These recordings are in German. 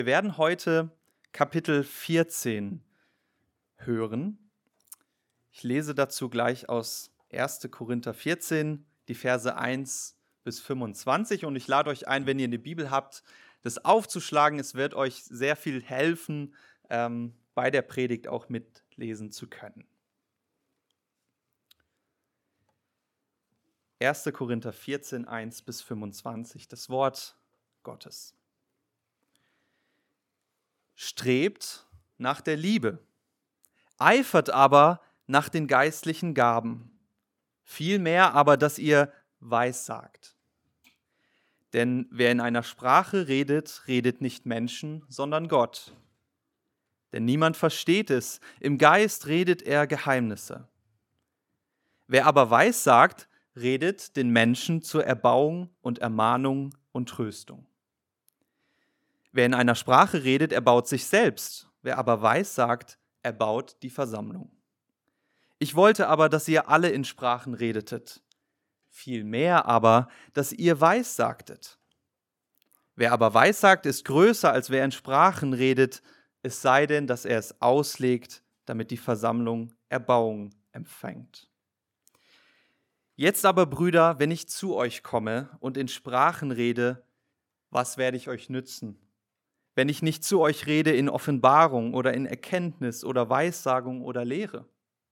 Wir werden heute Kapitel 14 hören. Ich lese dazu gleich aus 1. Korinther 14, die Verse 1 bis 25. Und ich lade euch ein, wenn ihr eine Bibel habt, das aufzuschlagen. Es wird euch sehr viel helfen, bei der Predigt auch mitlesen zu können. 1. Korinther 14, 1 bis 25, das Wort Gottes. Strebt nach der Liebe, eifert aber nach den geistlichen Gaben, vielmehr aber, dass ihr weissagt. Denn wer in einer Sprache redet, redet nicht Menschen, sondern Gott. Denn niemand versteht es, im Geist redet er Geheimnisse. Wer aber weissagt, redet den Menschen zur Erbauung und Ermahnung und Tröstung. Wer in einer Sprache redet, erbaut sich selbst. Wer aber weissagt, erbaut die Versammlung. Ich wollte aber, dass ihr alle in Sprachen redetet. Vielmehr aber, dass ihr weissagtet. Wer aber weissagt, ist größer, als wer in Sprachen redet, es sei denn, dass er es auslegt, damit die Versammlung Erbauung empfängt. Jetzt aber, Brüder, wenn ich zu euch komme und in Sprachen rede, was werde ich euch nützen? Wenn ich nicht zu euch rede in Offenbarung oder in Erkenntnis oder Weissagung oder Lehre.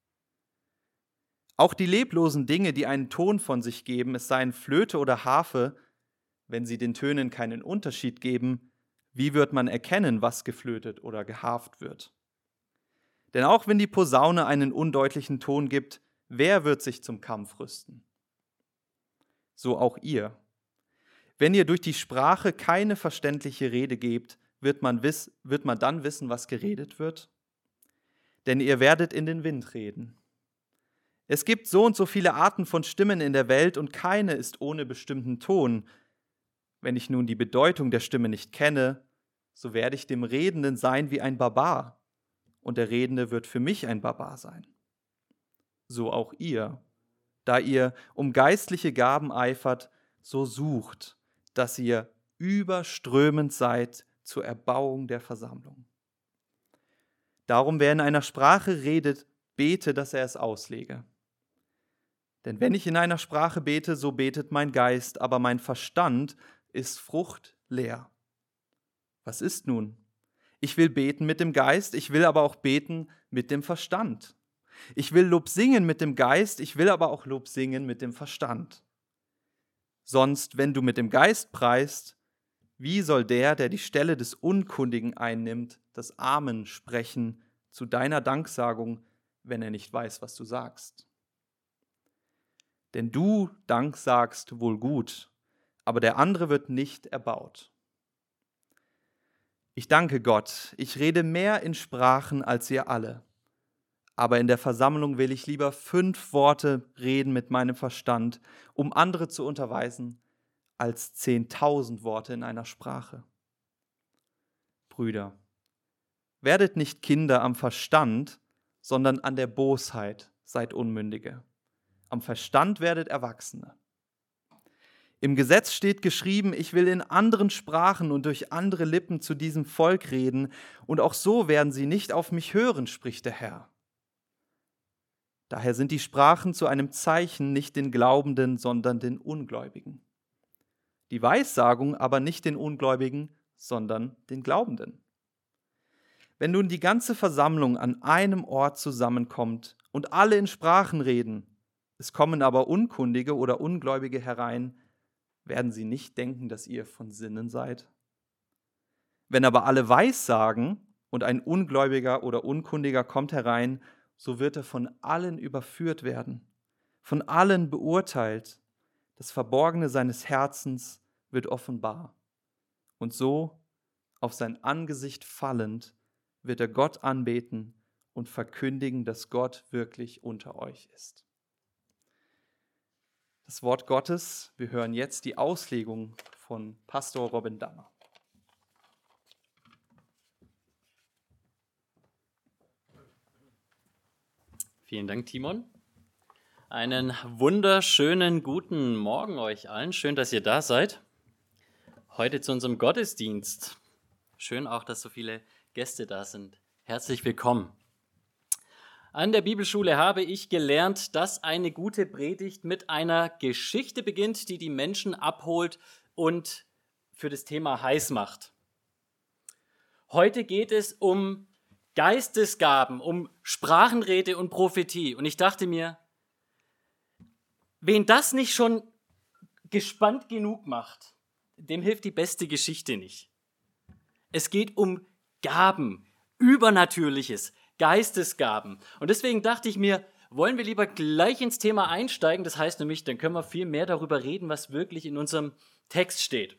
Auch die leblosen Dinge, die einen Ton von sich geben, es seien Flöte oder Harfe, wenn sie den Tönen keinen Unterschied geben, wie wird man erkennen, was geflötet oder geharft wird? Denn auch wenn die Posaune einen undeutlichen Ton gibt, wer wird sich zum Kampf rüsten? So auch ihr. Wenn ihr durch die Sprache keine verständliche Rede gebt, wird man dann wissen, was geredet wird? Denn ihr werdet in den Wind reden. Es gibt so und so viele Arten von Stimmen in der Welt und keine ist ohne bestimmten Ton. Wenn ich nun die Bedeutung der Stimme nicht kenne, so werde ich dem Redenden sein wie ein Barbar und der Redende wird für mich ein Barbar sein. So auch ihr, da ihr um geistliche Gaben eifert, so sucht, dass ihr überströmend seid zur Erbauung der Versammlung. Darum, wer in einer Sprache redet, bete, dass er es auslege. Denn wenn ich in einer Sprache bete, so betet mein Geist, aber mein Verstand ist fruchtleer. Was ist nun? Ich will beten mit dem Geist, ich will aber auch beten mit dem Verstand. Ich will Lob singen mit dem Geist, ich will aber auch Lob singen mit dem Verstand. Sonst, wenn du mit dem Geist preist, wie soll der die Stelle des Unkundigen einnimmt, das Amen sprechen zu deiner Danksagung, wenn er nicht weiß, was du sagst? Denn du danksagst wohl gut, aber der andere wird nicht erbaut. Ich danke Gott, ich rede mehr in Sprachen als ihr alle, aber in der Versammlung will ich lieber 5 Worte reden mit meinem Verstand, um andere zu unterweisen, als 10.000 Worte in einer Sprache. Brüder, werdet nicht Kinder am Verstand, sondern an der Bosheit seid Unmündige. Am Verstand werdet Erwachsene. Im Gesetz steht geschrieben, ich will in anderen Sprachen und durch andere Lippen zu diesem Volk reden, und auch so werden sie nicht auf mich hören, spricht der Herr. Daher sind die Sprachen zu einem Zeichen nicht den Glaubenden, sondern den Ungläubigen. Die Weissagung aber nicht den Ungläubigen, sondern den Glaubenden. Wenn nun die ganze Versammlung an einem Ort zusammenkommt und alle in Sprachen reden, es kommen aber Unkundige oder Ungläubige herein, werden sie nicht denken, dass ihr von Sinnen seid? Wenn aber alle Weissagen und ein Ungläubiger oder Unkundiger kommt herein, so wird er von allen überführt werden, von allen beurteilt. Das Verborgene seines Herzens wird offenbar. Und so, auf sein Angesicht fallend, wird er Gott anbeten und verkündigen, dass Gott wirklich unter euch ist. Das Wort Gottes, wir hören jetzt die Auslegung von Pastor Robin Dammer. Vielen Dank, Timon. Einen wunderschönen guten Morgen euch allen. Schön, dass ihr da seid. Heute zu unserem Gottesdienst. Schön auch, dass so viele Gäste da sind. Herzlich willkommen. An der Bibelschule habe ich gelernt, dass eine gute Predigt mit einer Geschichte beginnt, die die Menschen abholt und für das Thema heiß macht. Heute geht es um Geistesgaben, um Sprachenrede und Prophetie. Und ich dachte mir, wen das nicht schon gespannt genug macht, dem hilft die beste Geschichte nicht. Es geht um Gaben, Übernatürliches, Geistesgaben. Und deswegen dachte ich mir, wollen wir lieber gleich ins Thema einsteigen. Das heißt nämlich, dann können wir viel mehr darüber reden, was wirklich in unserem Text steht.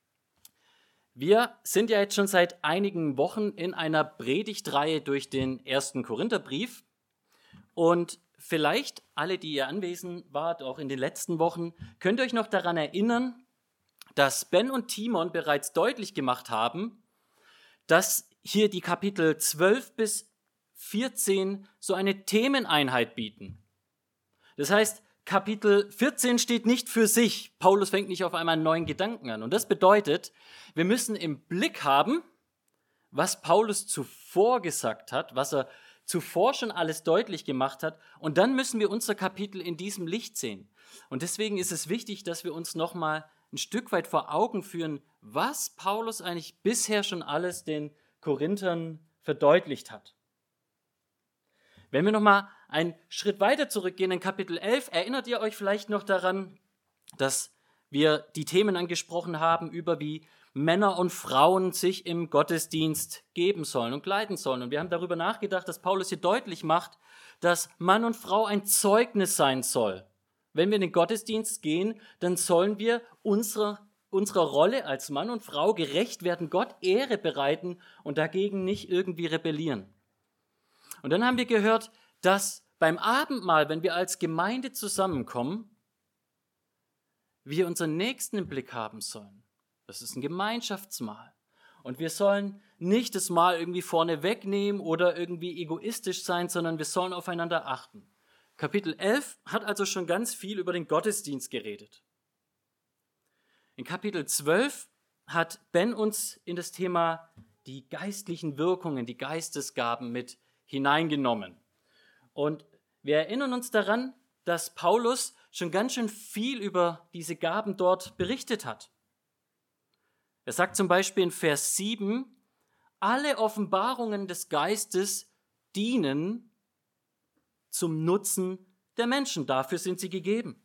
Wir sind ja jetzt schon seit einigen Wochen in einer Predigtreihe durch den 1. Korintherbrief. Und vielleicht alle, die ihr anwesend wart, auch in den letzten Wochen, könnt ihr euch noch daran erinnern, dass Ben und Timon bereits deutlich gemacht haben, dass hier die Kapitel 12 bis 14 so eine Themeneinheit bieten. Das heißt, Kapitel 14 steht nicht für sich. Paulus fängt nicht auf einmal einen neuen Gedanken an. Und das bedeutet, wir müssen im Blick haben, was Paulus zuvor gesagt hat, was er zuvor schon alles deutlich gemacht hat. Und dann müssen wir unser Kapitel in diesem Licht sehen. Und deswegen ist es wichtig, dass wir uns nochmal ein Stück weit vor Augen führen, was Paulus eigentlich bisher schon alles den Korinthern verdeutlicht hat. Wenn wir nochmal einen Schritt weiter zurückgehen in Kapitel 11, erinnert ihr euch vielleicht noch daran, dass wir die Themen angesprochen haben, über wie Männer und Frauen sich im Gottesdienst geben sollen und kleiden sollen. Und wir haben darüber nachgedacht, dass Paulus hier deutlich macht, dass Mann und Frau ein Zeugnis sein soll. Wenn wir in den Gottesdienst gehen, dann sollen wir unserer Rolle als Mann und Frau gerecht werden, Gott Ehre bereiten und dagegen nicht irgendwie rebellieren. Und dann haben wir gehört, dass beim Abendmahl, wenn wir als Gemeinde zusammenkommen, wir unseren Nächsten im Blick haben sollen. Das ist ein Gemeinschaftsmahl. Und wir sollen nicht das Mahl irgendwie vorne wegnehmen oder irgendwie egoistisch sein, sondern wir sollen aufeinander achten. Kapitel 11 hat also schon ganz viel über den Gottesdienst geredet. In Kapitel 12 hat Ben uns in das Thema die geistlichen Wirkungen, die Geistesgaben mit hineingenommen. Und wir erinnern uns daran, dass Paulus schon ganz schön viel über diese Gaben dort berichtet hat. Er sagt zum Beispiel in Vers 7, alle Offenbarungen des Geistes dienen zum Nutzen der Menschen. Dafür sind sie gegeben.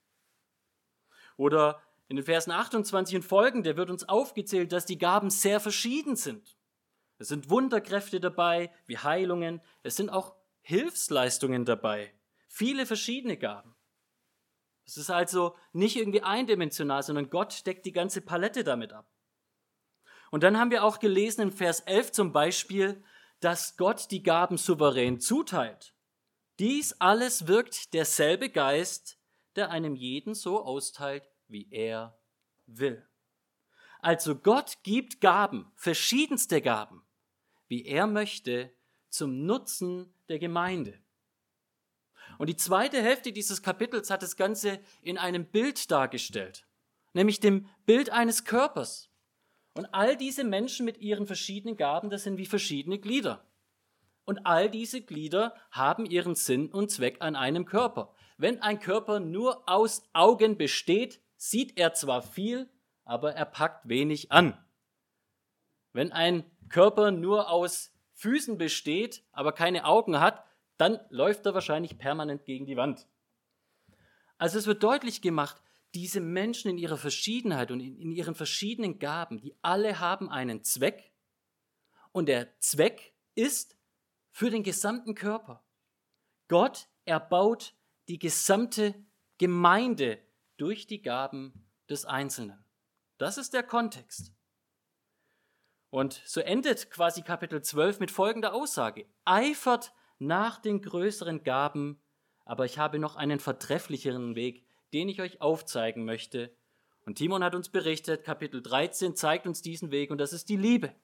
Oder in den Versen 28 und folgende wird uns aufgezählt, dass die Gaben sehr verschieden sind. Es sind Wunderkräfte dabei, wie Heilungen. Es sind auch Hilfsleistungen dabei. Viele verschiedene Gaben. Es ist also nicht irgendwie eindimensional, sondern Gott deckt die ganze Palette damit ab. Und dann haben wir auch gelesen in Vers 11 zum Beispiel, dass Gott die Gaben souverän zuteilt. Dies alles wirkt derselbe Geist, der einem jeden so austeilt, wie er will. Also Gott gibt Gaben, verschiedenste Gaben, wie er möchte, zum Nutzen der Gemeinde. Und die zweite Hälfte dieses Kapitels hat das Ganze in einem Bild dargestellt, nämlich dem Bild eines Körpers. Und all diese Menschen mit ihren verschiedenen Gaben, das sind wie verschiedene Glieder. Und all diese Glieder haben ihren Sinn und Zweck an einem Körper. Wenn ein Körper nur aus Augen besteht, sieht er zwar viel, aber er packt wenig an. Wenn ein Körper nur aus Füßen besteht, aber keine Augen hat, dann läuft er wahrscheinlich permanent gegen die Wand. Also es wird deutlich gemacht, diese Menschen in ihrer Verschiedenheit und in ihren verschiedenen Gaben, die alle haben einen Zweck. Und der Zweck ist für den gesamten Körper. Gott erbaut die gesamte Gemeinde durch die Gaben des Einzelnen. Das ist der Kontext. Und so endet quasi Kapitel 12 mit folgender Aussage. Eifert nach den größeren Gaben, aber ich habe noch einen vortrefflicheren Weg, den ich euch aufzeigen möchte. Und Timon hat uns berichtet, Kapitel 13 zeigt uns diesen Weg und das ist die Liebe.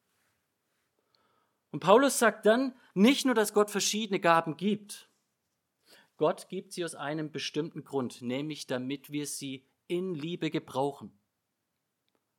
Und Paulus sagt dann nicht nur, dass Gott verschiedene Gaben gibt. Gott gibt sie aus einem bestimmten Grund, nämlich damit wir sie in Liebe gebrauchen.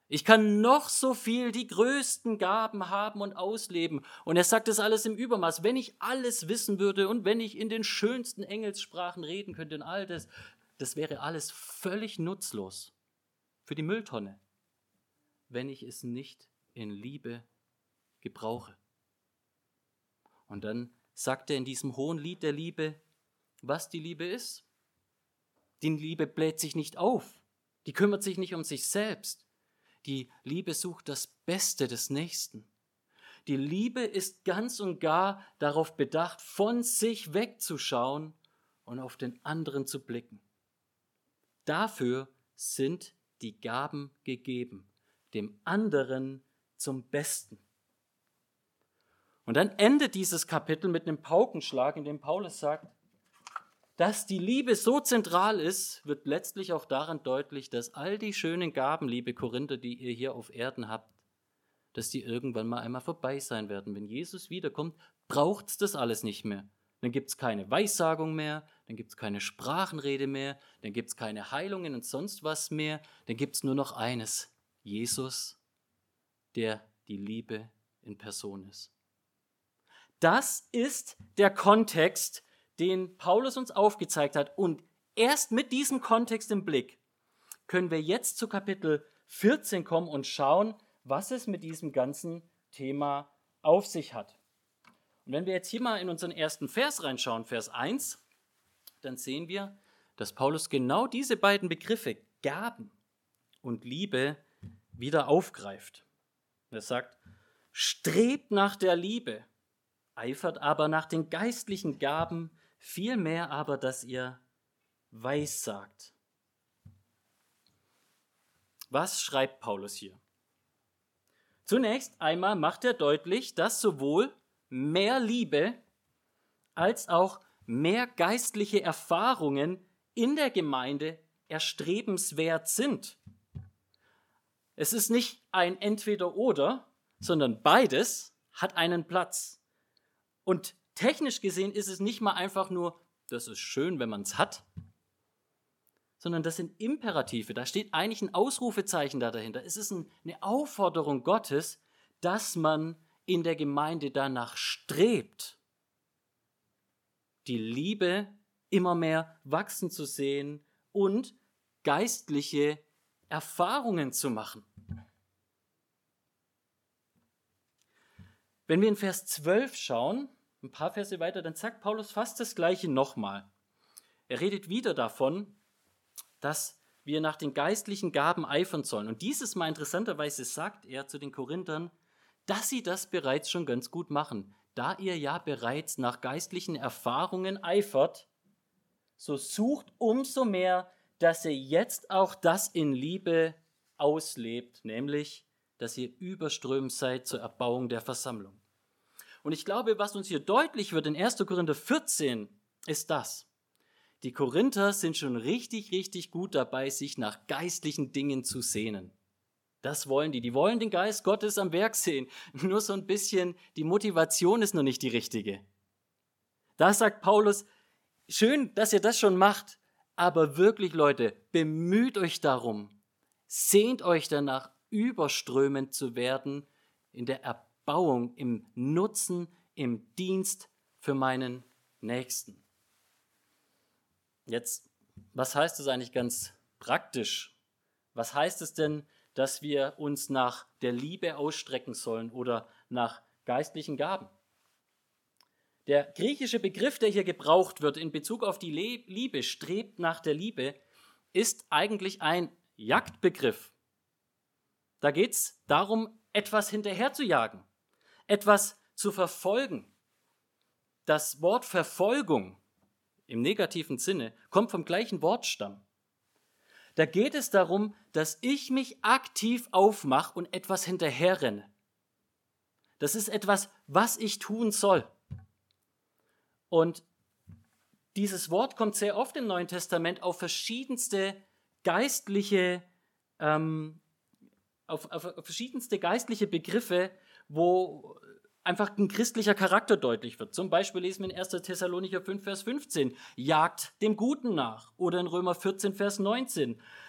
Ich kann noch so viel die größten Gaben haben und ausleben. Und er sagt das alles im Übermaß. Wenn ich alles wissen würde und wenn ich in den schönsten Engelssprachen reden könnte und all das, das wäre alles völlig nutzlos für die Mülltonne, wenn ich es nicht in Liebe gebrauche. Und dann sagt er in diesem hohen Lied der Liebe, was die Liebe ist. Die Liebe bläht sich nicht auf. Die kümmert sich nicht um sich selbst. Die Liebe sucht das Beste des Nächsten. Die Liebe ist ganz und gar darauf bedacht, von sich wegzuschauen und auf den anderen zu blicken. Dafür sind die Gaben gegeben, dem anderen zum Besten. Und dann endet dieses Kapitel mit einem Paukenschlag, in dem Paulus sagt, dass die Liebe so zentral ist, wird letztlich auch daran deutlich, dass all die schönen Gaben, liebe Korinther, die ihr hier auf Erden habt, dass die irgendwann mal einmal vorbei sein werden. Wenn Jesus wiederkommt, braucht es das alles nicht mehr. Dann gibt es keine Weissagung mehr, dann gibt es keine Sprachenrede mehr, dann gibt es keine Heilungen und sonst was mehr. Dann gibt es nur noch eines, Jesus, der die Liebe in Person ist. Das ist der Kontext, den Paulus uns aufgezeigt hat. Und erst mit diesem Kontext im Blick können wir jetzt zu Kapitel 14 kommen und schauen, was es mit diesem ganzen Thema auf sich hat. Und wenn wir jetzt hier mal in unseren ersten Vers reinschauen, Vers 1, dann sehen wir, dass Paulus genau diese beiden Begriffe, Gaben und Liebe, wieder aufgreift. Er sagt, strebt nach der Liebe, eifert aber nach den geistlichen Gaben, vielmehr aber, dass ihr weissagt. Was schreibt Paulus hier? Zunächst einmal macht er deutlich, dass sowohl mehr Liebe als auch mehr geistliche Erfahrungen in der Gemeinde erstrebenswert sind. Es ist nicht ein Entweder-Oder, sondern beides hat einen Platz. Und technisch gesehen ist es nicht mal einfach nur, das ist schön, wenn man es hat, sondern das sind Imperative. Da steht eigentlich ein Ausrufezeichen dahinter. Es ist eine Aufforderung Gottes, dass man in der Gemeinde danach strebt, die Liebe immer mehr wachsen zu sehen und geistliche Erfahrungen zu machen. Wenn wir in Vers 12 schauen, ein paar Verse weiter, dann sagt Paulus fast das Gleiche nochmal. Er redet wieder davon, dass wir nach den geistlichen Gaben eifern sollen. Und dieses Mal interessanterweise sagt er zu den Korinthern, dass sie das bereits schon ganz gut machen. Da ihr ja bereits nach geistlichen Erfahrungen eifert, so sucht umso mehr, dass ihr jetzt auch das in Liebe auslebt, nämlich, dass ihr überströmend seid zur Erbauung der Versammlung. Und ich glaube, was uns hier deutlich wird in 1. Korinther 14, ist das. Die Korinther sind schon richtig, richtig gut dabei, sich nach geistlichen Dingen zu sehnen. Das wollen die. Die wollen den Geist Gottes am Werk sehen. Nur so ein bisschen, die Motivation ist noch nicht die richtige. Da sagt Paulus, schön, dass ihr das schon macht, aber wirklich, Leute, bemüht euch darum, sehnt euch danach, überströmend zu werden in der Erbauung, im Nutzen, im Dienst für meinen Nächsten. Jetzt, was heißt das eigentlich ganz praktisch? Was heißt es denn, dass wir uns nach der Liebe ausstrecken sollen oder nach geistlichen Gaben? Der griechische Begriff, der hier gebraucht wird in Bezug auf die Liebe, strebt nach der Liebe, ist eigentlich ein Jagdbegriff. Da geht es darum, etwas hinterher zu jagen, etwas zu verfolgen. Das Wort Verfolgung im negativen Sinne kommt vom gleichen Wortstamm. Da geht es darum, dass ich mich aktiv aufmache und etwas hinterherrenne. Das ist etwas, was ich tun soll. Und dieses Wort kommt sehr oft im Neuen Testament auf verschiedenste geistliche Begriffe, wo einfach ein christlicher Charakter deutlich wird. Zum Beispiel lesen wir in 1. Thessalonicher 5, Vers 15, jagt dem Guten nach. Oder in Römer 14, Vers 19,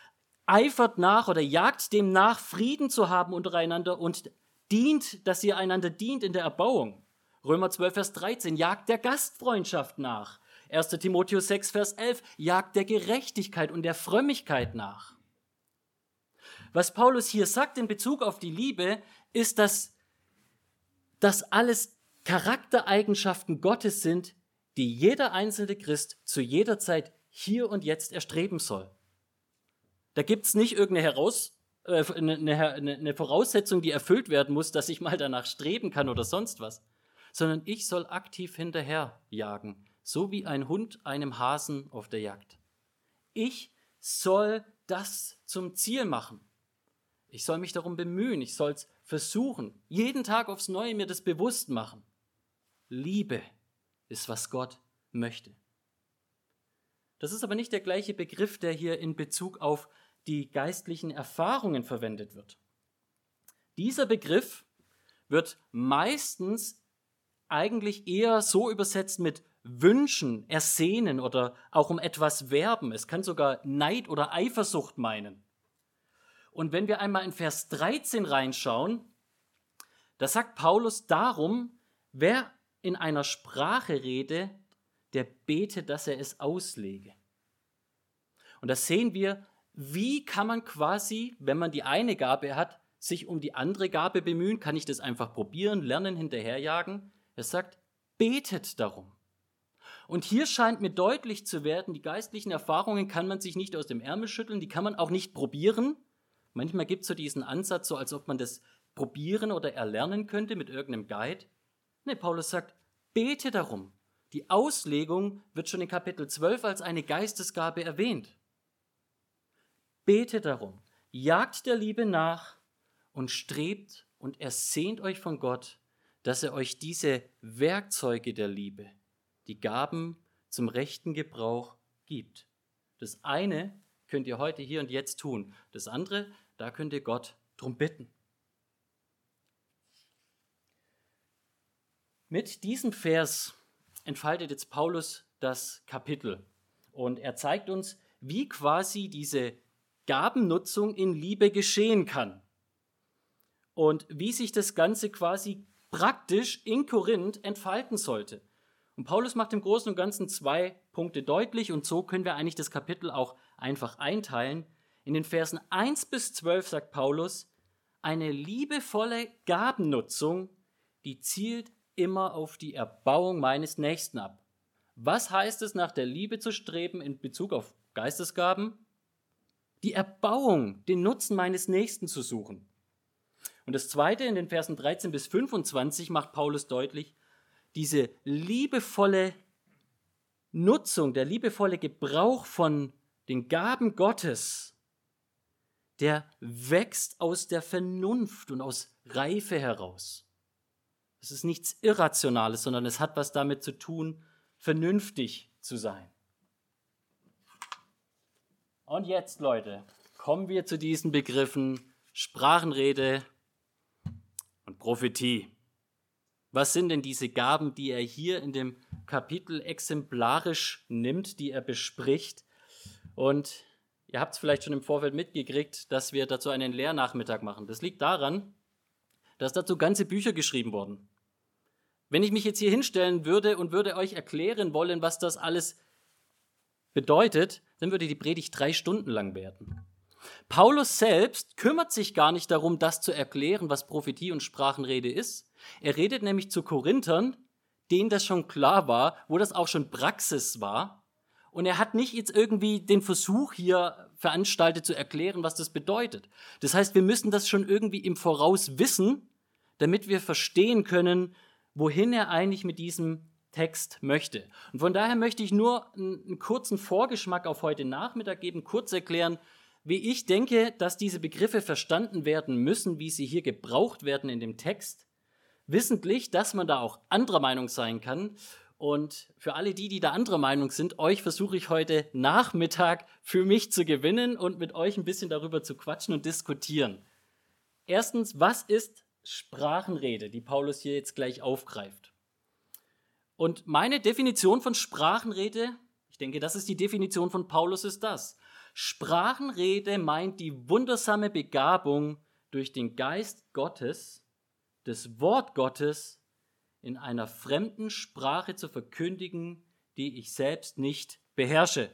eifert nach oder jagt dem nach, Frieden zu haben untereinander und dient, dass ihr einander dient in der Erbauung. Römer 12, Vers 13, jagt der Gastfreundschaft nach. 1. Timotheus 6, Vers 11, jagt der Gerechtigkeit und der Frömmigkeit nach. Was Paulus hier sagt in Bezug auf die Liebe, ist, dass das alles Charaktereigenschaften Gottes sind, die jeder einzelne Christ zu jeder Zeit hier und jetzt erstreben soll. Da gibt es nicht irgendeine eine Voraussetzung, die erfüllt werden muss, dass ich mal danach streben kann oder sonst was, sondern ich soll aktiv hinterherjagen, so wie ein Hund einem Hasen auf der Jagd. Ich soll das zum Ziel machen. Ich soll mich darum bemühen, ich soll es versuchen, jeden Tag aufs Neue mir das bewusst machen. Liebe ist, was Gott möchte. Das ist aber nicht der gleiche Begriff, der hier in Bezug auf die geistlichen Erfahrungen verwendet wird. Dieser Begriff wird meistens eigentlich eher so übersetzt mit wünschen, ersehnen oder auch um etwas werben. Es kann sogar Neid oder Eifersucht meinen. Und wenn wir einmal in Vers 13 reinschauen, da sagt Paulus darum, wer in einer Sprache rede, der betet, dass er es auslege. Und da sehen wir, wie kann man quasi, wenn man die eine Gabe hat, sich um die andere Gabe bemühen? Kann ich das einfach probieren, lernen, hinterherjagen? Er sagt, betet darum. Und hier scheint mir deutlich zu werden, die geistlichen Erfahrungen kann man sich nicht aus dem Ärmel schütteln, die kann man auch nicht probieren. Manchmal gibt es so diesen Ansatz, so als ob man das probieren oder erlernen könnte mit irgendeinem Guide. Nee, Paulus sagt, bete darum. Die Auslegung wird schon in Kapitel 12 als eine Geistesgabe erwähnt. Bete darum, jagt der Liebe nach und strebt und ersehnt euch von Gott, dass er euch diese Werkzeuge der Liebe, die Gaben zum rechten Gebrauch gibt. Das eine könnt ihr heute hier und jetzt tun. Das andere, da könnt ihr Gott drum bitten. Mit diesem Vers entfaltet jetzt Paulus das Kapitel und er zeigt uns, wie quasi diese Gabennutzung in Liebe geschehen kann und wie sich das Ganze quasi praktisch in Korinth entfalten sollte. Und Paulus macht im Großen und Ganzen 2 Punkte deutlich und so können wir eigentlich das Kapitel auch einfach einteilen. In den Versen 1 bis 12 sagt Paulus, eine liebevolle Gabennutzung, die zielt immer auf die Erbauung meines Nächsten ab. Was heißt es, nach der Liebe zu streben in Bezug auf Geistesgaben? Die Erbauung, den Nutzen meines Nächsten zu suchen. Und das Zweite, in den Versen 13 bis 25 macht Paulus deutlich, diese liebevolle Nutzung, der liebevolle Gebrauch von den Gaben Gottes, der wächst aus der Vernunft und aus Reife heraus. Es ist nichts Irrationales, sondern es hat was damit zu tun, vernünftig zu sein. Und jetzt, Leute, kommen wir zu diesen Begriffen Sprachenrede und Prophetie. Was sind denn diese Gaben, die er hier in dem Kapitel exemplarisch nimmt, die er bespricht? Und ihr habt es vielleicht schon im Vorfeld mitgekriegt, dass wir dazu einen Lehrnachmittag machen. Das liegt daran, dass dazu ganze Bücher geschrieben wurden. Wenn ich mich jetzt hier hinstellen würde und würde euch erklären wollen, was das alles bedeutet, dann würde die Predigt 3 Stunden lang werden. Paulus selbst kümmert sich gar nicht darum, das zu erklären, was Prophetie und Sprachenrede ist. Er redet nämlich zu Korinthern, denen das schon klar war, wo das auch schon Praxis war. Und er hat nicht jetzt irgendwie den Versuch hier veranstaltet zu erklären, was das bedeutet. Das heißt, wir müssen das schon irgendwie im Voraus wissen, damit wir verstehen können, wohin er eigentlich mit diesem Text möchte. Und von daher möchte ich nur einen kurzen Vorgeschmack auf heute Nachmittag geben, kurz erklären, wie ich denke, dass diese Begriffe verstanden werden müssen, wie sie hier gebraucht werden in dem Text, wissentlich, dass man da auch anderer Meinung sein kann. Und für alle die da anderer Meinung sind, euch versuche ich heute Nachmittag für mich zu gewinnen und mit euch ein bisschen darüber zu quatschen und diskutieren. Erstens, was ist Sprachenrede, die Paulus hier jetzt gleich aufgreift? Und meine Definition von Sprachenrede, ich denke, das ist die Definition von Paulus, ist das. Sprachenrede meint die wundersame Begabung, durch den Geist Gottes, das Wort Gottes in einer fremden Sprache zu verkündigen, die ich selbst nicht beherrsche.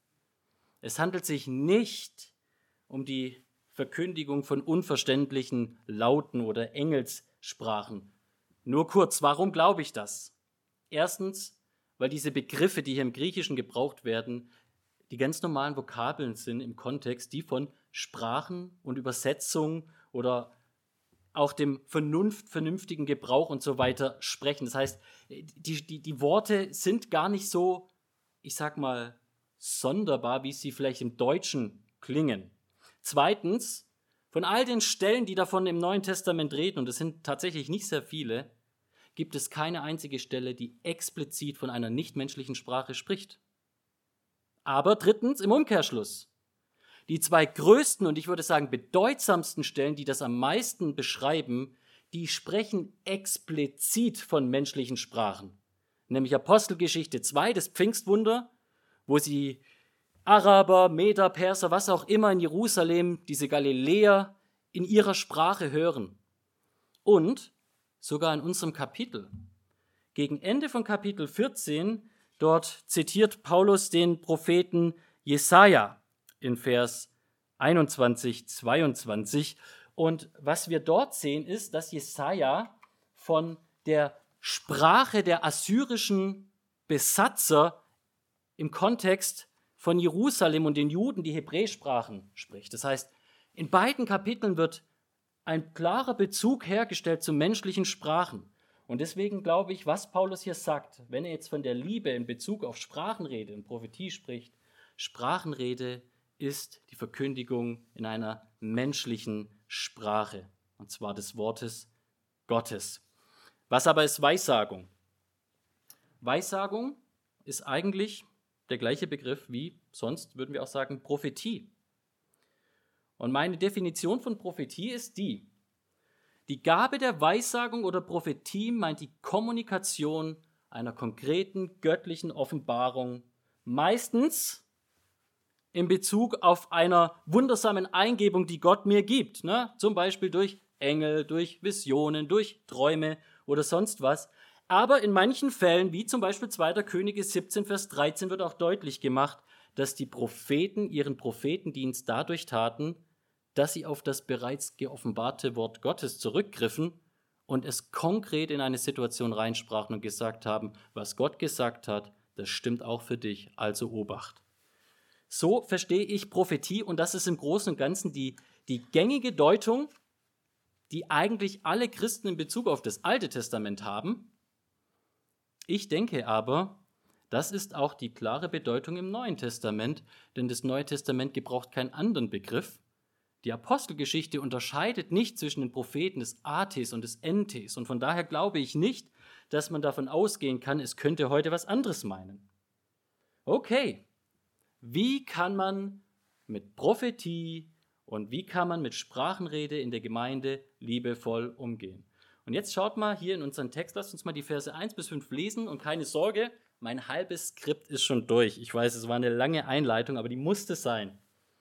Es handelt sich nicht um die Verkündigung von unverständlichen Lauten oder Engelssprachen. Nur kurz, warum glaube ich das? Erstens, weil diese Begriffe, die hier im Griechischen gebraucht werden, die ganz normalen Vokabeln sind im Kontext, die von Sprachen und Übersetzung oder auch dem vernünftigen Gebrauch und so weiter sprechen. Das heißt, die Worte sind gar nicht so, ich sag mal, sonderbar, wie sie vielleicht im Deutschen klingen. Zweitens, von all den Stellen, die davon im Neuen Testament reden, und es sind tatsächlich nicht sehr viele, gibt es keine einzige Stelle, die explizit von einer nichtmenschlichen Sprache spricht. Aber drittens, im Umkehrschluss, die zwei größten und ich würde sagen bedeutsamsten Stellen, die das am meisten beschreiben, die sprechen explizit von menschlichen Sprachen. Nämlich Apostelgeschichte 2, das Pfingstwunder, wo sie Araber, Meder, Perser, was auch immer in Jerusalem, diese Galiläer in ihrer Sprache hören. Und sogar in unserem Kapitel. Gegen Ende von Kapitel 14, dort zitiert Paulus den Propheten Jesaja in Vers 21, 22. Und was wir dort sehen, ist, dass Jesaja von der Sprache der assyrischen Besatzer im Kontext von Jerusalem und den Juden, die Hebräisch sprachen, spricht. Das heißt, in beiden Kapiteln wird ein klarer Bezug hergestellt zu menschlichen Sprachen. Und deswegen glaube ich, was Paulus hier sagt, wenn er jetzt von der Liebe in Bezug auf Sprachenrede und Prophetie spricht, Sprachenrede ist die Verkündigung in einer menschlichen Sprache, und zwar des Wortes Gottes. Was aber ist Weissagung? Weissagung ist eigentlich der gleiche Begriff wie sonst, würden wir auch sagen, Prophetie. Und meine Definition von Prophetie ist die Gabe der Weissagung oder Prophetie meint die Kommunikation einer konkreten göttlichen Offenbarung, meistens in Bezug auf einer wundersamen Eingebung, die Gott mir gibt, ne? Zum Beispiel durch Engel, durch Visionen, durch Träume oder sonst was. Aber in manchen Fällen, wie zum Beispiel 2. Könige 17, Vers 13, wird auch deutlich gemacht, dass die Propheten ihren Prophetendienst dadurch taten, dass sie auf das bereits geoffenbarte Wort Gottes zurückgriffen und es konkret in eine Situation reinsprachen und gesagt haben, was Gott gesagt hat, das stimmt auch für dich, also Obacht. So verstehe ich Prophetie und das ist im Großen und Ganzen die gängige Deutung, die eigentlich alle Christen in Bezug auf das Alte Testament haben. Ich denke aber, das ist auch die klare Bedeutung im Neuen Testament, denn das Neue Testament gebraucht keinen anderen Begriff. Die Apostelgeschichte unterscheidet nicht zwischen den Propheten des Ates und des Entes und von daher glaube ich nicht, dass man davon ausgehen kann, es könnte heute was anderes meinen. Okay, wie kann man mit Prophetie und wie kann man mit Sprachenrede in der Gemeinde liebevoll umgehen? Und jetzt schaut mal hier in unseren Text, lasst uns mal die Verse 1 bis 5 lesen und keine Sorge, mein halbes Skript ist schon durch. Ich weiß, es war eine lange Einleitung, aber die musste sein.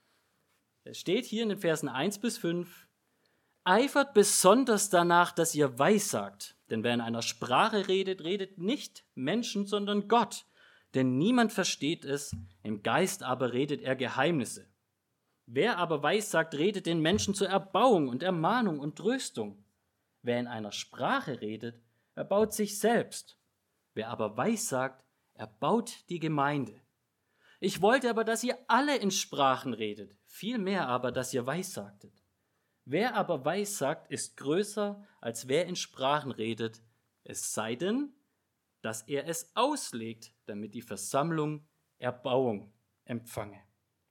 Es steht hier in den Versen 1 bis 5, eifert besonders danach, dass ihr weissagt, denn wer in einer Sprache redet, redet nicht Menschen, sondern Gott. Denn niemand versteht es, im Geist aber redet er Geheimnisse. Wer aber weissagt, redet den Menschen zur Erbauung und Ermahnung und Tröstung. Wer in einer Sprache redet, erbaut sich selbst. Wer aber weissagt, erbaut die Gemeinde. Ich wollte aber, dass ihr alle in Sprachen redet, viel mehr aber, dass ihr weissagtet. Wer aber weissagt, ist größer, als wer in Sprachen redet, es sei denn, dass er es auslegt, damit die Versammlung Erbauung empfange.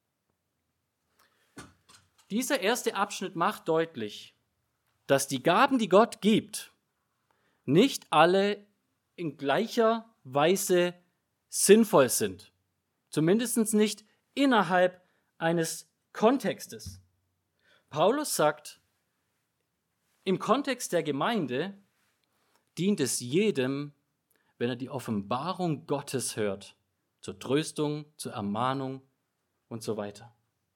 Dieser erste Abschnitt macht deutlich, dass die Gaben, die Gott gibt, nicht alle in gleicher Weise sinnvoll sind. Zumindest nicht innerhalb eines Kontextes. Paulus sagt, im Kontext der Gemeinde dient es jedem, wenn er die Offenbarung Gottes hört, zur Tröstung, zur Ermahnung und so weiter.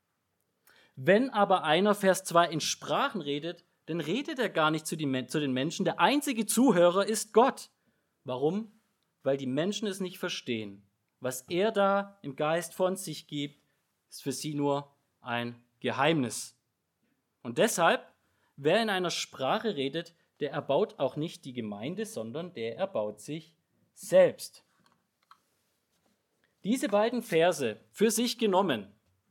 Wenn aber einer, Vers 2, in Sprachen redet, dann redet er gar nicht zu den Menschen. Der einzige Zuhörer ist Gott. Warum? Weil die Menschen es nicht verstehen. Was er da im Geist von sich gibt, ist für sie nur ein Geheimnis. Und deshalb, wer in einer Sprache redet, der erbaut auch nicht die Gemeinde, sondern der erbaut sich selbst. Diese beiden Verse für sich genommen,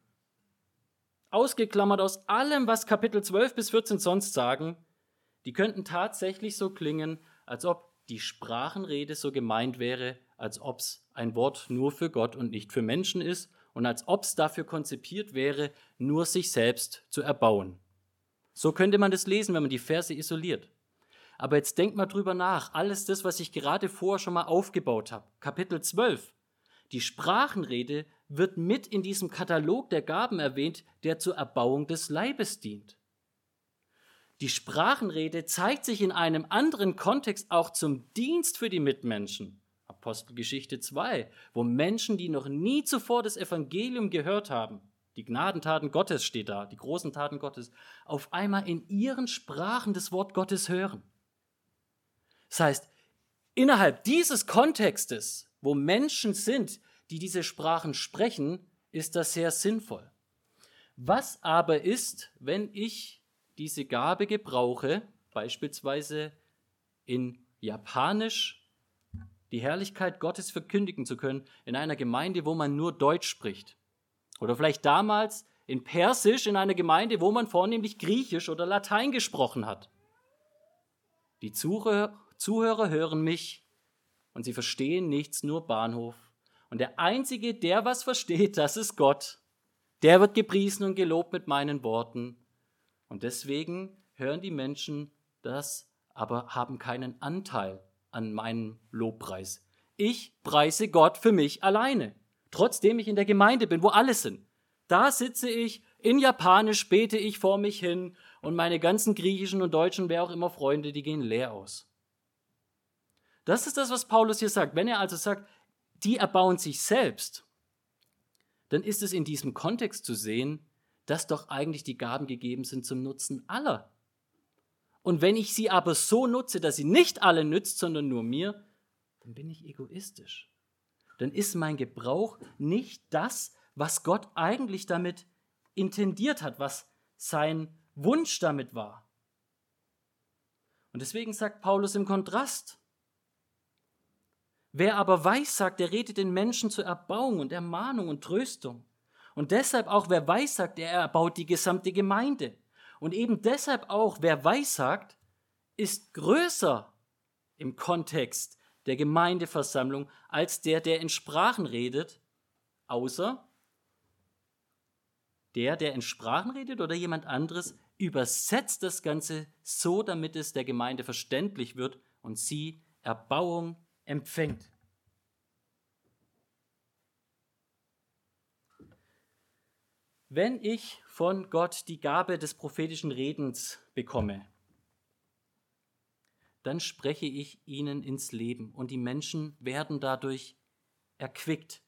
ausgeklammert aus allem, was Kapitel 12 bis 14 sonst sagen, die könnten tatsächlich so klingen, als ob die Sprachenrede so gemeint wäre, als ob es ein Wort nur für Gott und nicht für Menschen ist und als ob es dafür konzipiert wäre, nur sich selbst zu erbauen. So könnte man das lesen, wenn man die Verse isoliert. Aber jetzt denkt mal drüber nach, alles das, was ich gerade vorher schon mal aufgebaut habe. Kapitel 12. Die Sprachenrede wird mit in diesem Katalog der Gaben erwähnt, der zur Erbauung des Leibes dient. Die Sprachenrede zeigt sich in einem anderen Kontext auch zum Dienst für die Mitmenschen. Apostelgeschichte 2, wo Menschen, die noch nie zuvor das Evangelium gehört haben, die Gnadentaten Gottes steht da, die großen Taten Gottes, auf einmal in ihren Sprachen das Wort Gottes hören. Das heißt, innerhalb dieses Kontextes, wo Menschen sind, die diese Sprachen sprechen, ist das sehr sinnvoll. Was aber ist, wenn ich diese Gabe gebrauche, beispielsweise in Japanisch die Herrlichkeit Gottes verkündigen zu können, in einer Gemeinde, wo man nur Deutsch spricht? Oder vielleicht damals in Persisch in einer Gemeinde, wo man vornehmlich Griechisch oder Latein gesprochen hat. Die Zuhörer hören mich und sie verstehen nichts, nur Bahnhof. Und der Einzige, der was versteht, das ist Gott. Der wird gepriesen und gelobt mit meinen Worten. Und deswegen hören die Menschen das, aber haben keinen Anteil an meinem Lobpreis. Ich preise Gott für mich alleine, trotzdem ich in der Gemeinde bin, wo alle sind. Da sitze ich, in Japanisch bete ich vor mich hin und meine ganzen griechischen und deutschen, wer auch immer Freunde, die gehen leer aus. Das ist das, was Paulus hier sagt. Wenn er also sagt, die erbauen sich selbst, dann ist es in diesem Kontext zu sehen, dass doch eigentlich die Gaben gegeben sind zum Nutzen aller. Und wenn ich sie aber so nutze, dass sie nicht alle nützt, sondern nur mir, dann bin ich egoistisch. Dann ist mein Gebrauch nicht das, was Gott eigentlich damit intendiert hat, was sein Wunsch damit war. Und deswegen sagt Paulus im Kontrast, wer aber weissagt, der redet den Menschen zur Erbauung und Ermahnung und Tröstung. Und deshalb auch, wer weissagt, der erbaut die gesamte Gemeinde. Und eben deshalb auch, wer weissagt, ist größer im Kontext der Gemeindeversammlung als der in Sprachen redet, außer der in Sprachen redet oder jemand anderes übersetzt das Ganze so, damit es der Gemeinde verständlich wird und sie Erbauung empfängt. Wenn ich von Gott die Gabe des prophetischen Redens bekomme, dann spreche ich ihnen ins Leben und die Menschen werden dadurch erquickt.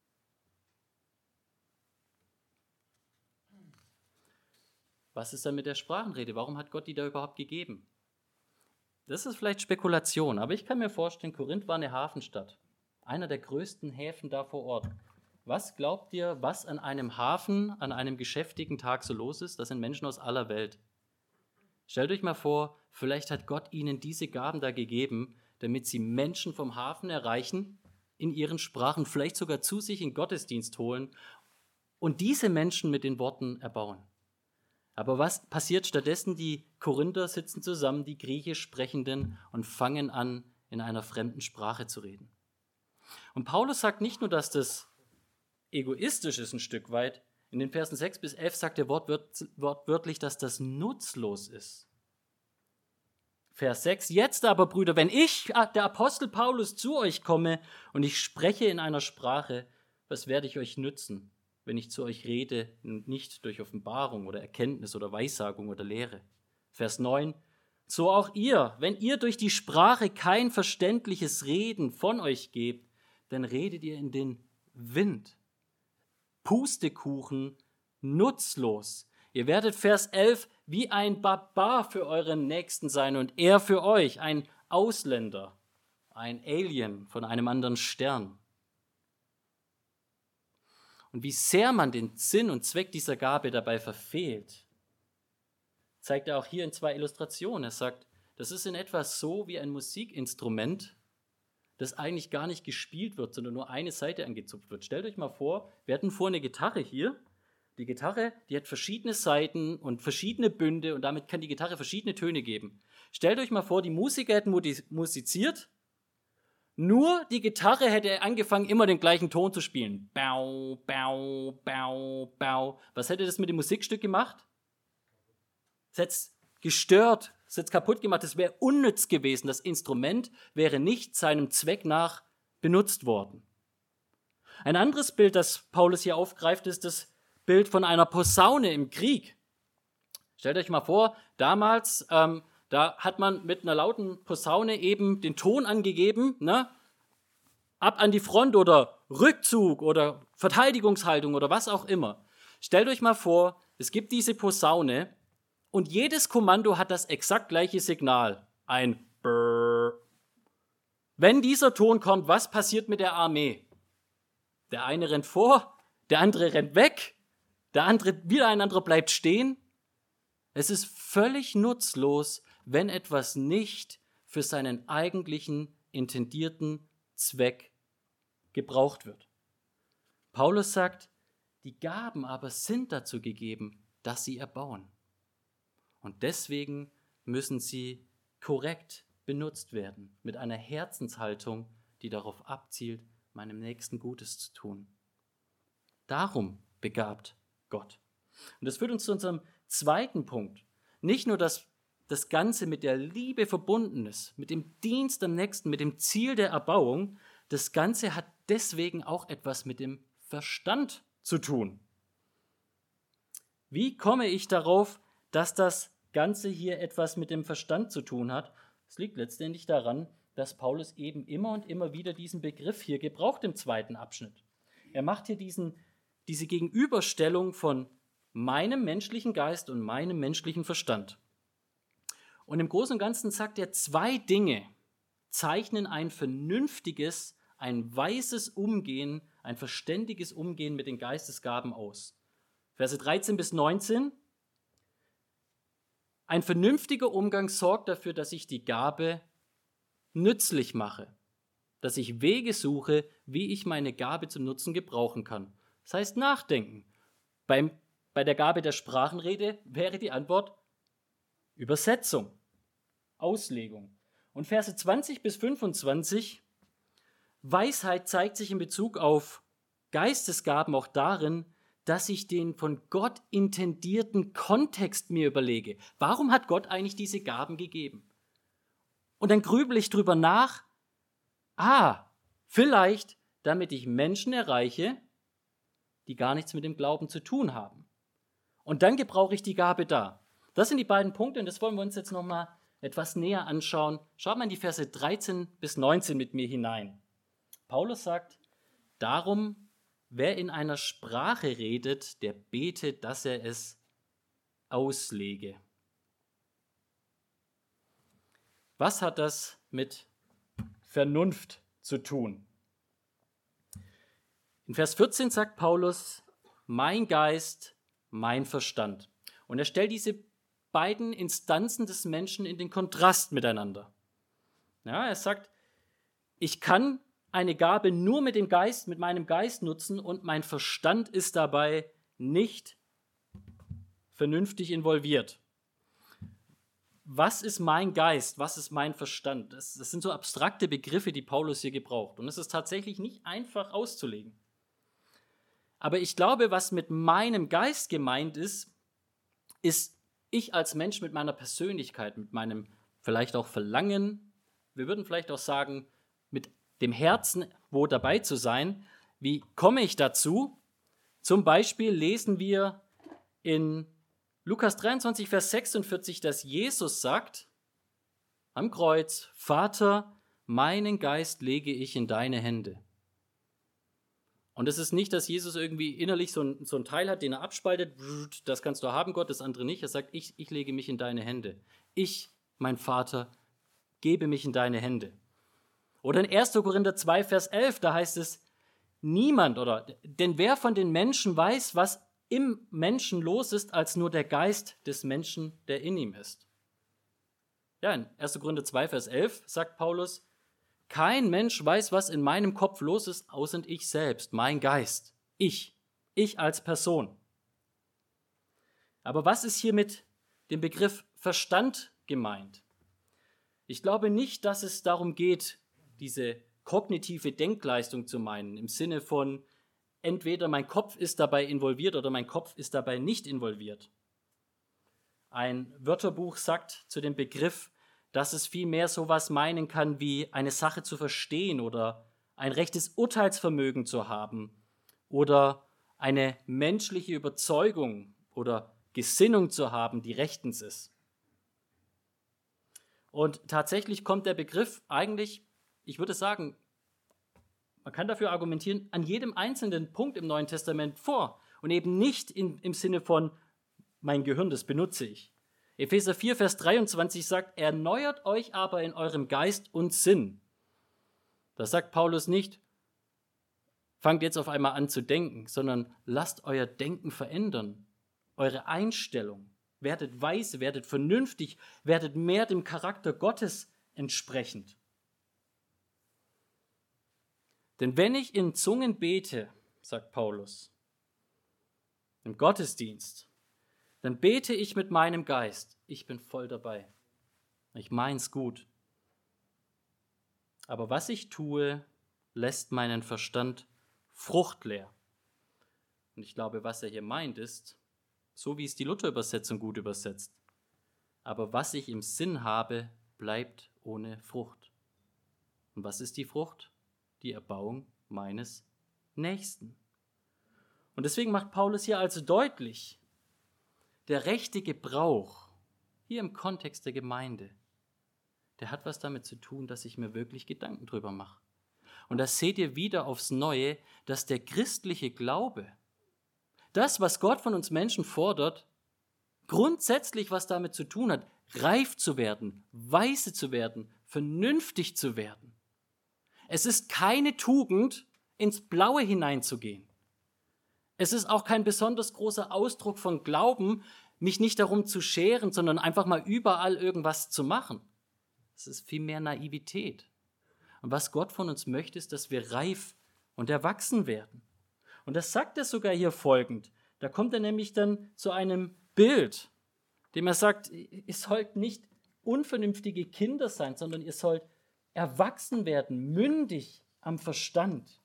Was ist dann mit der Sprachenrede? Warum hat Gott die da überhaupt gegeben? Das ist vielleicht Spekulation, aber ich kann mir vorstellen, Korinth war eine Hafenstadt, einer der größten Häfen da vor Ort. Was glaubt ihr, was an einem Hafen, an einem geschäftigen Tag so los ist? Das sind Menschen aus aller Welt. Stellt euch mal vor, vielleicht hat Gott ihnen diese Gaben da gegeben, damit sie Menschen vom Hafen erreichen, in ihren Sprachen, vielleicht sogar zu sich in Gottesdienst holen und diese Menschen mit den Worten erbauen. Aber was passiert stattdessen? Die Korinther sitzen zusammen, die Griechisch Sprechenden, und fangen an, in einer fremden Sprache zu reden. Und Paulus sagt nicht nur, dass das egoistisch ist ein Stück weit. In den Versen 6 bis 11 sagt er wortwörtlich, dass das nutzlos ist. Vers 6, jetzt aber, Brüder, wenn ich, der Apostel Paulus, zu euch komme und ich spreche in einer Sprache, was werde ich euch nützen, wenn ich zu euch rede, nicht durch Offenbarung oder Erkenntnis oder Weissagung oder Lehre? Vers 9, so auch ihr, wenn ihr durch die Sprache kein verständliches Reden von euch gebt, dann redet ihr in den Wind. Pustekuchen, nutzlos. Ihr werdet, Vers 11, wie ein Barbar für euren Nächsten sein und er für euch, ein Ausländer, ein Alien von einem anderen Stern. Und wie sehr man den Sinn und Zweck dieser Gabe dabei verfehlt, zeigt er auch hier in 2 Illustrationen. Er sagt, das ist in etwa so wie ein Musikinstrument, das eigentlich gar nicht gespielt wird, sondern nur eine Seite angezupft wird. Stellt euch mal vor, wir hatten vorher eine Gitarre hier. Die Gitarre, die hat verschiedene Saiten und verschiedene Bünde und damit kann die Gitarre verschiedene Töne geben. Stellt euch mal vor, die Musiker hätten musiziert, nur die Gitarre hätte angefangen, immer den gleichen Ton zu spielen. Bau, bau, bau, bau. Was hätte das mit dem Musikstück gemacht? Es hätte es gestört, es hätte es kaputt gemacht, es wäre unnütz gewesen. Das Instrument wäre nicht seinem Zweck nach benutzt worden. Ein anderes Bild, das Paulus hier aufgreift, ist das Bild von einer Posaune im Krieg. Stellt euch mal vor, damals, da hat man mit einer lauten Posaune eben den Ton angegeben, ne? Ab an die Front oder Rückzug oder Verteidigungshaltung oder was auch immer. Stellt euch mal vor, es gibt diese Posaune und jedes Kommando hat das exakt gleiche Signal, ein Brrr. Wenn dieser Ton kommt, was passiert mit der Armee? Der eine rennt vor, der andere rennt weg, der andere, wieder ein anderer bleibt stehen. Es ist völlig nutzlos, wenn etwas nicht für seinen eigentlichen, intendierten Zweck gebraucht wird. Paulus sagt, die Gaben aber sind dazu gegeben, dass sie erbauen. Und deswegen müssen sie korrekt benutzt werden, mit einer Herzenshaltung, die darauf abzielt, meinem Nächsten Gutes zu tun. Darum begabt Gott. Und das führt uns zu unserem zweiten Punkt. Nicht nur, dass das Ganze mit der Liebe verbunden ist, mit dem Dienst am Nächsten, mit dem Ziel der Erbauung, das Ganze hat deswegen auch etwas mit dem Verstand zu tun. Wie komme ich darauf, dass das Ganze hier etwas mit dem Verstand zu tun hat? Es liegt letztendlich daran, dass Paulus eben immer und immer wieder diesen Begriff hier gebraucht im zweiten Abschnitt. Er macht hier diese Gegenüberstellung von meinem menschlichen Geist und meinem menschlichen Verstand. Und im Großen und Ganzen sagt er, 2 Dinge zeichnen ein vernünftiges, ein weises Umgehen, ein verständiges Umgehen mit den Geistesgaben aus. Verse 13 bis 19. Ein vernünftiger Umgang sorgt dafür, dass ich die Gabe nützlich mache, dass ich Wege suche, wie ich meine Gabe zum Nutzen gebrauchen kann. Das heißt nachdenken. Bei der Gabe der Sprachenrede wäre die Antwort Übersetzung, Auslegung. Und Verse 20 bis 25, Weisheit zeigt sich in Bezug auf Geistesgaben auch darin, dass ich den von Gott intendierten Kontext mir überlege. Warum hat Gott eigentlich diese Gaben gegeben? Und dann grübel ich drüber nach. Vielleicht, damit ich Menschen erreiche, die gar nichts mit dem Glauben zu tun haben. Und dann gebrauche ich die Gabe da. Das sind die beiden Punkte und das wollen wir uns jetzt nochmal etwas näher anschauen. Schaut mal in die Verse 13 bis 19 mit mir hinein. Paulus sagt, darum, wer in einer Sprache redet, der betet, dass er es auslege. Was hat das mit Vernunft zu tun? In Vers 14 sagt Paulus, mein Geist, mein Verstand. Und er stellt diese beiden Instanzen des Menschen in den Kontrast miteinander. Ja, er sagt, ich kann eine Gabe nur mit meinem Geist nutzen und mein Verstand ist dabei nicht vernünftig involviert. Was ist mein Geist? Was ist mein Verstand? Das sind so abstrakte Begriffe, die Paulus hier gebraucht. Und es ist tatsächlich nicht einfach auszulegen. Aber ich glaube, was mit meinem Geist gemeint ist ich als Mensch mit meiner Persönlichkeit, mit meinem vielleicht auch Verlangen, wir würden vielleicht auch sagen, mit dem Herzen, wo dabei zu sein. Wie komme ich dazu? Zum Beispiel lesen wir in Lukas 23, Vers 46, dass Jesus sagt am Kreuz, Vater, meinen Geist lege ich in deine Hände. Und es ist nicht, dass Jesus irgendwie innerlich so ein Teil hat, den er abspaltet. Das kannst du haben, Gott, das andere nicht. Er sagt, ich lege mich in deine Hände. Ich, mein Vater, gebe mich in deine Hände. Oder in 1. Korinther 2, Vers 11, da heißt es, denn wer von den Menschen weiß, was im Menschen los ist, als nur der Geist des Menschen, der in ihm ist. Ja, in 1. Korinther 2, Vers 11 sagt Paulus, kein Mensch weiß, was in meinem Kopf los ist, außer ich selbst, mein Geist. Ich als Person. Aber was ist hier mit dem Begriff Verstand gemeint? Ich glaube nicht, dass es darum geht, diese kognitive Denkleistung zu meinen, im Sinne von, entweder mein Kopf ist dabei involviert oder mein Kopf ist dabei nicht involviert. Ein Wörterbuch sagt zu dem Begriff, dass es vielmehr sowas meinen kann, wie eine Sache zu verstehen oder ein rechtes Urteilsvermögen zu haben oder eine menschliche Überzeugung oder Gesinnung zu haben, die rechtens ist. Und tatsächlich kommt der Begriff eigentlich, ich würde sagen, man kann dafür argumentieren, an jedem einzelnen Punkt im Neuen Testament vor und eben nicht im Sinne von, mein Gehirn, das benutze ich. Epheser 4, Vers 23 sagt, erneuert euch aber in eurem Geist und Sinn. Das sagt Paulus nicht, fangt jetzt auf einmal an zu denken, sondern lasst euer Denken verändern, eure Einstellung. Werdet weise, werdet vernünftig, werdet mehr dem Charakter Gottes entsprechend. Denn wenn ich in Zungen bete, sagt Paulus, im Gottesdienst, dann bete ich mit meinem Geist. Ich bin voll dabei. Ich mein's gut. Aber was ich tue, lässt meinen Verstand fruchtleer. Und ich glaube, was er hier meint, ist, so wie es die Luther-Übersetzung gut übersetzt. Aber was ich im Sinn habe, bleibt ohne Frucht. Und was ist die Frucht? Die Erbauung meines Nächsten. Und deswegen macht Paulus hier also deutlich, der rechte Gebrauch, hier im Kontext der Gemeinde, der hat was damit zu tun, dass ich mir wirklich Gedanken drüber mache. Und das seht ihr wieder aufs Neue, dass der christliche Glaube, das, was Gott von uns Menschen fordert, grundsätzlich was damit zu tun hat, reif zu werden, weise zu werden, vernünftig zu werden. Es ist keine Tugend, ins Blaue hineinzugehen. Es ist auch kein besonders großer Ausdruck von Glauben, mich nicht darum zu scheren, sondern einfach mal überall irgendwas zu machen. Es ist vielmehr Naivität. Und was Gott von uns möchte, ist, dass wir reif und erwachsen werden. Und das sagt er sogar hier folgend. Da kommt er nämlich dann zu einem Bild, dem er sagt, ihr sollt nicht unvernünftige Kinder sein, sondern ihr sollt erwachsen werden, mündig am Verstand.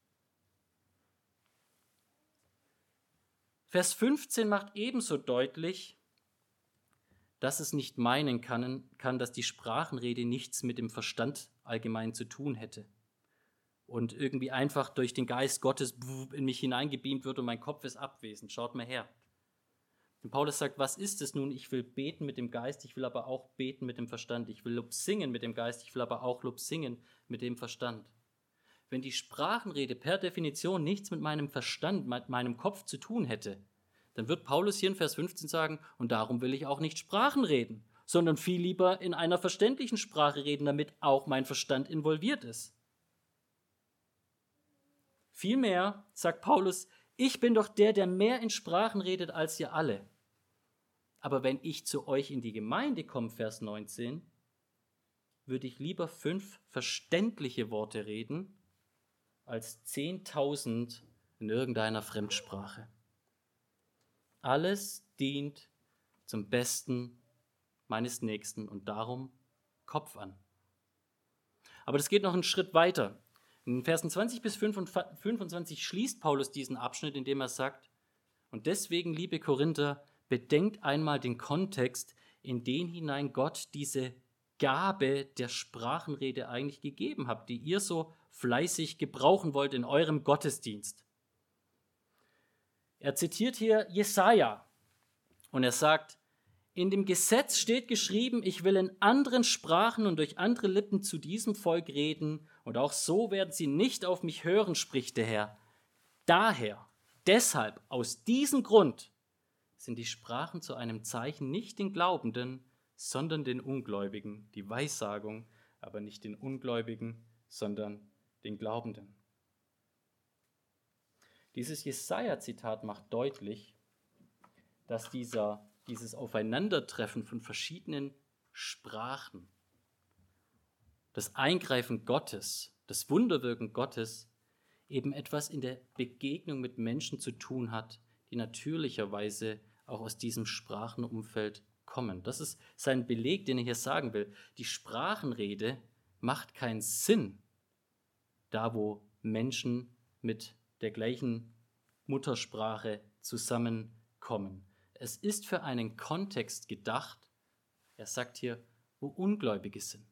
Vers 15 macht ebenso deutlich, dass es nicht meinen kann, dass die Sprachenrede nichts mit dem Verstand allgemein zu tun hätte und irgendwie einfach durch den Geist Gottes in mich hineingebeamt wird und mein Kopf ist abwesend. Schaut mal her. Und Paulus sagt, was ist es nun? Ich will beten mit dem Geist, ich will aber auch beten mit dem Verstand. Ich will Lob singen mit dem Geist, ich will aber auch Lob singen mit dem Verstand. Wenn die Sprachenrede per Definition nichts mit meinem Verstand, mit meinem Kopf zu tun hätte, dann wird Paulus hier in Vers 15 sagen, und darum will ich auch nicht Sprachen reden, sondern viel lieber in einer verständlichen Sprache reden, damit auch mein Verstand involviert ist. Vielmehr sagt Paulus, ich bin doch der mehr in Sprachen redet als ihr alle. Aber wenn ich zu euch in die Gemeinde komme, Vers 19, würde ich lieber 5 verständliche Worte reden, als 10.000 in irgendeiner Fremdsprache. Alles dient zum Besten meines Nächsten und darum Kopf an. Aber das geht noch einen Schritt weiter. In Versen 20 bis 25 schließt Paulus diesen Abschnitt, indem er sagt, und deswegen, liebe Korinther, bedenkt einmal den Kontext, in den hinein Gott diese Gabe der Sprachenrede eigentlich gegeben hat, die ihr so fleißig gebrauchen wollt in eurem Gottesdienst. Er zitiert hier Jesaja und er sagt, in dem Gesetz steht geschrieben, ich will in anderen Sprachen und durch andere Lippen zu diesem Volk reden und auch so werden sie nicht auf mich hören, spricht der Herr. Deshalb, aus diesem Grund, sind die Sprachen zu einem Zeichen nicht den Glaubenden, sondern den Ungläubigen. Die Weissagung, aber nicht den Ungläubigen, sondern den Glaubenden. Dieses Jesaja-Zitat macht deutlich, dass dieses Aufeinandertreffen von verschiedenen Sprachen, das Eingreifen Gottes, das Wunderwirken Gottes eben etwas in der Begegnung mit Menschen zu tun hat, die natürlicherweise auch aus diesem Sprachenumfeld kommen. Das ist sein Beleg, den er hier sagen will. Die Sprachenrede macht keinen Sinn, da wo Menschen mit der gleichen Muttersprache zusammenkommen. Es ist für einen Kontext gedacht, er sagt hier, wo Ungläubige sind.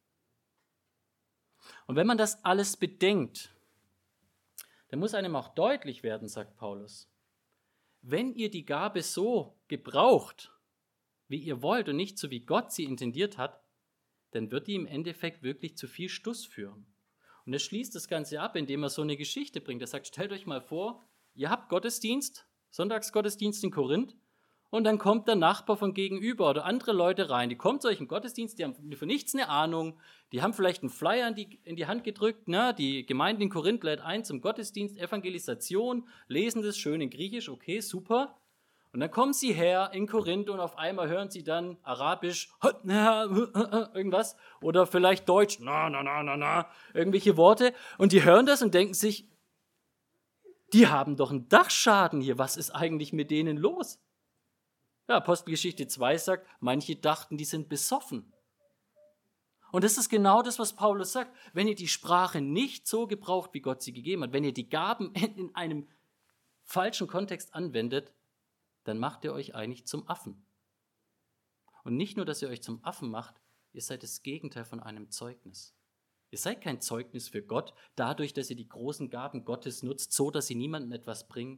Und wenn man das alles bedenkt, dann muss einem auch deutlich werden, sagt Paulus, wenn ihr die Gabe so gebraucht, wie ihr wollt und nicht so, wie Gott sie intendiert hat, dann wird die im Endeffekt wirklich zu viel Stuss führen. Und er schließt das Ganze ab, indem er so eine Geschichte bringt. Er sagt, stellt euch mal vor, ihr habt Gottesdienst, Sonntagsgottesdienst in Korinth, und dann kommt der Nachbar von gegenüber oder andere Leute rein. Die kommen zu euch im Gottesdienst, die haben von nichts eine Ahnung, die haben vielleicht einen Flyer in die Hand gedrückt, ne? Die Gemeinde in Korinth lädt ein zum Gottesdienst, Evangelisation, lesen das schön in Griechisch, okay, super. Und dann kommen sie her in Korinth und auf einmal hören sie dann Arabisch, irgendwas, oder vielleicht Deutsch, irgendwelche Worte. Und die hören das und denken sich, die haben doch einen Dachschaden hier, was ist eigentlich mit denen los? Ja, Apostelgeschichte 2 sagt, manche dachten, die sind besoffen. Und das ist genau das, was Paulus sagt. Wenn ihr die Sprache nicht so gebraucht, wie Gott sie gegeben hat, wenn ihr die Gaben in einem falschen Kontext anwendet, dann macht ihr euch eigentlich zum Affen. Und nicht nur, dass ihr euch zum Affen macht, ihr seid das Gegenteil von einem Zeugnis. Ihr seid kein Zeugnis für Gott, dadurch, dass ihr die großen Gaben Gottes nutzt, so dass sie niemandem etwas bringen.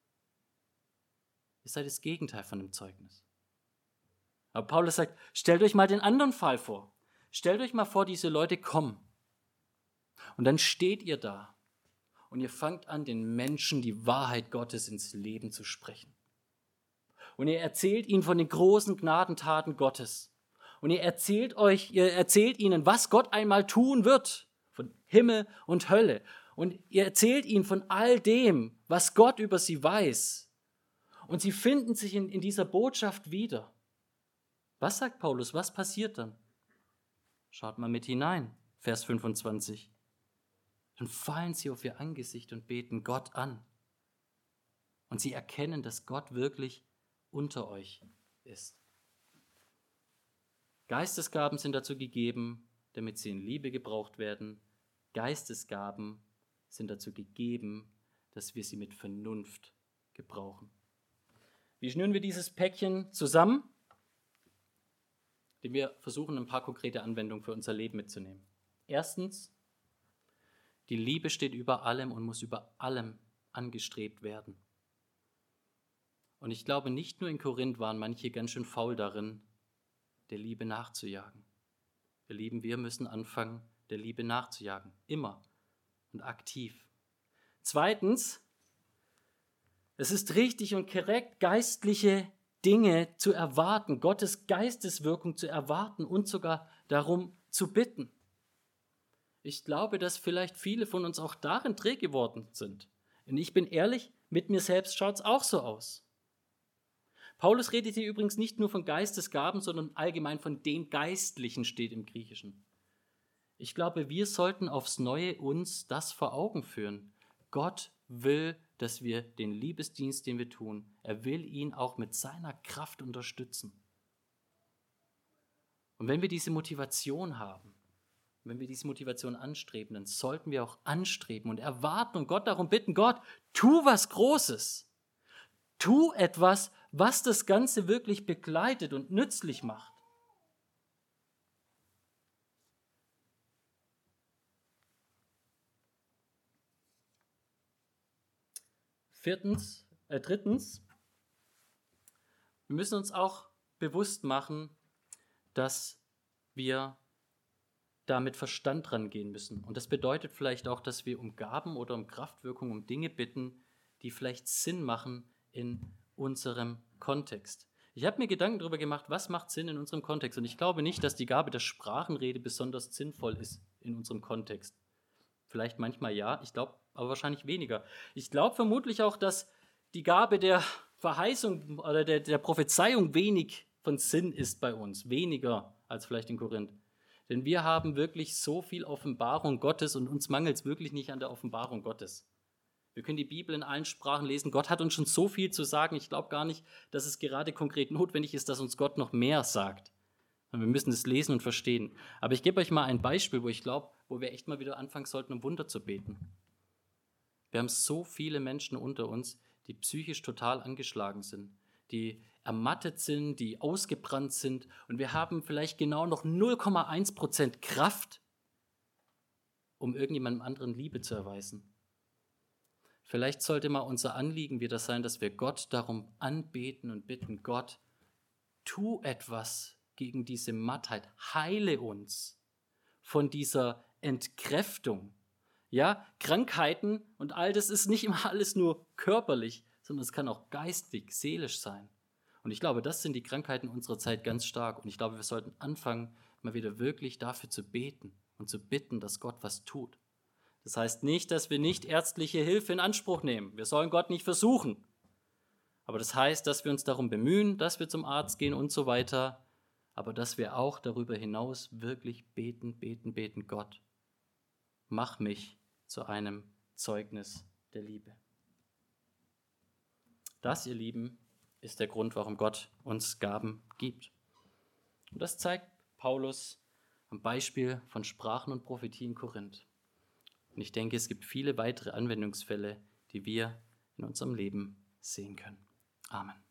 Ihr seid das Gegenteil von einem Zeugnis. Aber Paulus sagt, stellt euch mal den anderen Fall vor. Stellt euch mal vor, diese Leute kommen. Und dann steht ihr da und ihr fangt an, den Menschen die Wahrheit Gottes ins Leben zu sprechen. Und ihr erzählt ihnen von den großen Gnadentaten Gottes. Und ihr erzählt ihnen, was Gott einmal tun wird, von Himmel und Hölle. Und ihr erzählt ihnen von all dem, was Gott über sie weiß. Und sie finden sich in dieser Botschaft wieder. Was sagt Paulus? Was passiert dann? Schaut mal mit hinein, Vers 25. Dann fallen sie auf ihr Angesicht und beten Gott an. Und sie erkennen, dass Gott wirklich unter euch ist. Geistesgaben sind dazu gegeben, damit sie in Liebe gebraucht werden. Geistesgaben sind dazu gegeben, dass wir sie mit Vernunft gebrauchen. Wie schnüren wir dieses Päckchen zusammen? Indem wir versuchen, ein paar konkrete Anwendungen für unser Leben mitzunehmen. Erstens, die Liebe steht über allem und muss über allem angestrebt werden. Und ich glaube, nicht nur in Korinth waren manche ganz schön faul darin, der Liebe nachzujagen. Ihr Lieben, wir müssen anfangen, der Liebe nachzujagen. Immer und aktiv. Zweitens, es ist richtig und korrekt, geistliche Dinge zu erwarten, Gottes Geisteswirkung zu erwarten und sogar darum zu bitten. Ich glaube, dass vielleicht viele von uns auch darin träge geworden sind. Und ich bin ehrlich, mit mir selbst schaut es auch so aus. Paulus redet hier übrigens nicht nur von Geistesgaben, sondern allgemein von dem Geistlichen, steht im Griechischen. Ich glaube, wir sollten aufs Neue uns das vor Augen führen. Gott will, dass wir den Liebesdienst, den wir tun, er will ihn auch mit seiner Kraft unterstützen. Und wenn wir diese Motivation haben, wenn wir diese Motivation anstreben, dann sollten wir auch anstreben und erwarten und Gott darum bitten, Gott, tu was Großes. Tu etwas, was das Ganze wirklich begleitet und nützlich macht. Drittens, wir müssen uns auch bewusst machen, dass wir da mit Verstand rangehen müssen. Und das bedeutet vielleicht auch, dass wir um Gaben oder um Kraftwirkung, um Dinge bitten, die vielleicht Sinn machen in unserem Kontext. Ich habe mir Gedanken darüber gemacht, was macht Sinn in unserem Kontext. Und ich glaube nicht, dass die Gabe der Sprachenrede besonders sinnvoll ist in unserem Kontext. Vielleicht manchmal ja, ich glaube aber wahrscheinlich weniger. Ich glaube vermutlich auch, dass die Gabe der Verheißung oder der Prophezeiung wenig von Sinn ist bei uns. Weniger als vielleicht in Korinth. Denn wir haben wirklich so viel Offenbarung Gottes und uns mangelt es wirklich nicht an der Offenbarung Gottes. Wir können die Bibel in allen Sprachen lesen. Gott hat uns schon so viel zu sagen. Ich glaube gar nicht, dass es gerade konkret notwendig ist, dass uns Gott noch mehr sagt. Und wir müssen es lesen und verstehen. Aber ich gebe euch mal ein Beispiel, wo ich glaube, wo wir echt mal wieder anfangen sollten, um Wunder zu beten. Wir haben so viele Menschen unter uns, die psychisch total angeschlagen sind, die ermattet sind, die ausgebrannt sind. Und wir haben vielleicht genau noch 0,1% Kraft, um irgendjemandem anderen Liebe zu erweisen. Vielleicht sollte mal unser Anliegen wieder sein, dass wir Gott darum anbeten und bitten, Gott, tu etwas gegen diese Mattheit, heile uns von dieser Entkräftung. Ja, Krankheiten und all das ist nicht immer alles nur körperlich, sondern es kann auch geistig, seelisch sein. Und ich glaube, das sind die Krankheiten unserer Zeit ganz stark. Und ich glaube, wir sollten anfangen, mal wieder wirklich dafür zu beten und zu bitten, dass Gott was tut. Das heißt nicht, dass wir nicht ärztliche Hilfe in Anspruch nehmen. Wir sollen Gott nicht versuchen. Aber das heißt, dass wir uns darum bemühen, dass wir zum Arzt gehen und so weiter. Aber dass wir auch darüber hinaus wirklich beten, Gott, mach mich zu einem Zeugnis der Liebe. Das, ihr Lieben, ist der Grund, warum Gott uns Gaben gibt. Und das zeigt Paulus am Beispiel von Sprachen und Prophetie in Korinth. Und ich denke, es gibt viele weitere Anwendungsfälle, die wir in unserem Leben sehen können. Amen.